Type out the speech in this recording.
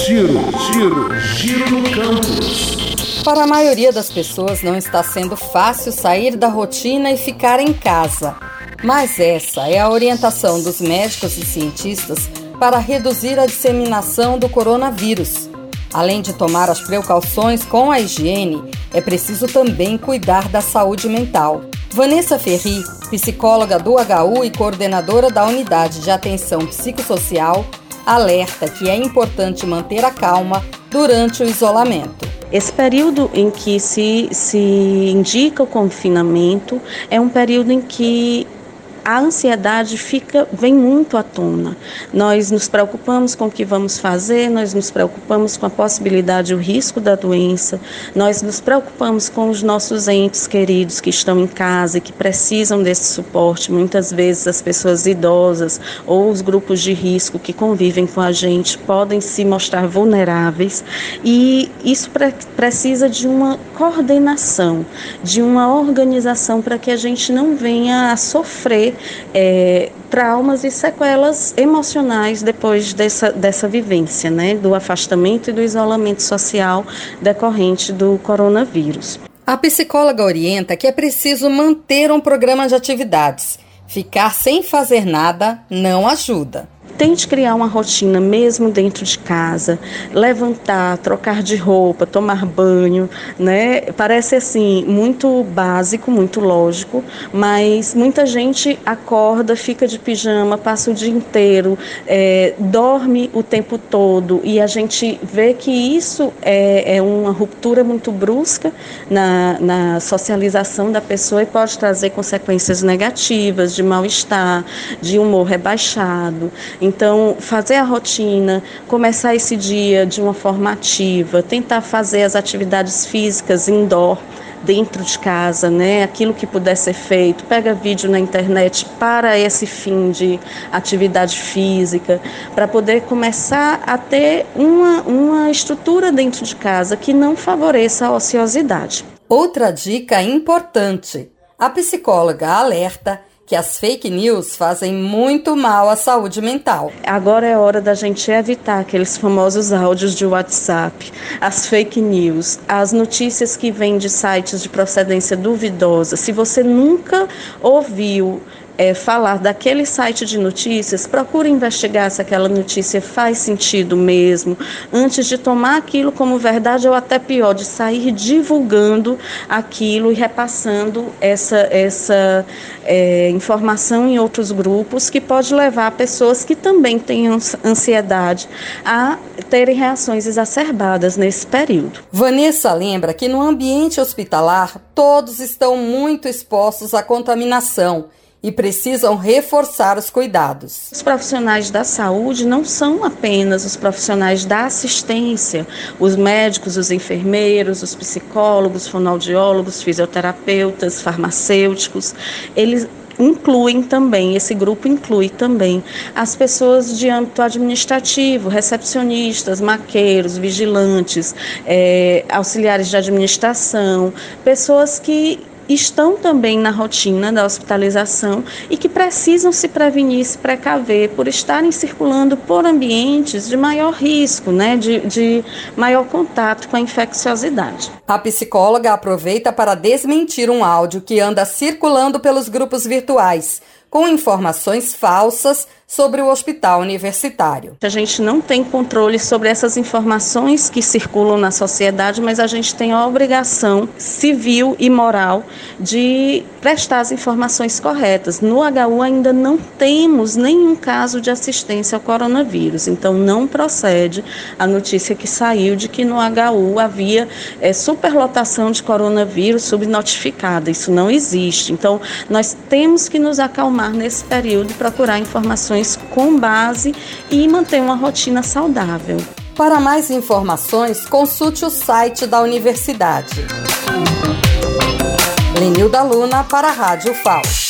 Giro no campus. Para a maioria das pessoas não está sendo fácil sair da rotina e ficar em casa. Mas essa é a orientação dos médicos e cientistas para reduzir a disseminação do coronavírus. Além de tomar as precauções com a higiene, é preciso também cuidar da saúde mental. Vanessa Ferri, psicóloga do HU e coordenadora da Unidade de Atenção Psicossocial, alerta que é importante manter a calma durante o isolamento. Esse período em que se indica o confinamento é um período em que a ansiedade vem muito à tona. Nós nos preocupamos com o que vamos fazer, nós nos preocupamos com a possibilidade e o risco da doença, nós nos preocupamos com os nossos entes queridos que estão em casa e que precisam desse suporte. Muitas vezes as pessoas idosas ou os grupos de risco que convivem com a gente podem se mostrar vulneráveis e isso precisa de uma coordenação, de uma organização para que a gente não venha a sofrer traumas e sequelas emocionais depois dessa vivência, né, do afastamento e do isolamento social decorrente do coronavírus. A psicóloga orienta que é preciso manter um programa de atividades. Ficar sem fazer nada não ajuda. Tente criar uma rotina mesmo dentro de casa, levantar, trocar de roupa, tomar banho, né? Parece assim, muito básico, muito lógico, mas muita gente acorda, fica de pijama, passa o dia inteiro, dorme o tempo todo e a gente vê que isso é uma ruptura muito brusca na socialização da pessoa e pode trazer consequências negativas, de mal-estar, de humor rebaixado. Então, fazer a rotina, começar esse dia de uma forma ativa, tentar fazer as atividades físicas indoor, dentro de casa, né? Aquilo que puder ser feito, pega vídeo na internet para esse fim de atividade física, para poder começar a ter uma estrutura dentro de casa que não favoreça a ociosidade. Outra dica importante: a psicóloga alerta que as fake news fazem muito mal à saúde mental. Agora é hora da gente evitar aqueles famosos áudios de WhatsApp, as fake news, as notícias que vêm de sites de procedência duvidosa. Se você nunca ouviu falar daquele site de notícias, procure investigar se aquela notícia faz sentido mesmo, antes de tomar aquilo como verdade ou até pior, de sair divulgando aquilo e repassando essa informação em outros grupos, que pode levar pessoas que também têm ansiedade a terem reações exacerbadas nesse período. Vanessa lembra que no ambiente hospitalar todos estão muito expostos à contaminação e precisam reforçar os cuidados. Os profissionais da saúde não são apenas os profissionais da assistência, os médicos, os enfermeiros, os psicólogos, fonoaudiólogos, fisioterapeutas, farmacêuticos, eles incluem também, esse grupo inclui também as pessoas de âmbito administrativo, recepcionistas, maqueiros, vigilantes, auxiliares de administração, pessoas que estão também na rotina da hospitalização e que precisam se prevenir, se precaver por estarem circulando por ambientes de maior risco, né, de maior contato com a infecciosidade. A psicóloga aproveita para desmentir um áudio que anda circulando pelos grupos virtuais, com informações falsas sobre o hospital universitário. A gente não tem controle sobre essas informações que circulam na sociedade, mas a gente tem a obrigação civil e moral de prestar as informações corretas. No HU ainda não temos nenhum caso de assistência ao coronavírus, então não procede a notícia que saiu de que no HU havia superlotação de coronavírus subnotificada. Isso não existe. Então nós temos que nos acalmar nesse período e procurar informações com base e manter uma rotina saudável. Para mais informações, consulte o site da universidade. Lenilda Luna para a Rádio FAO.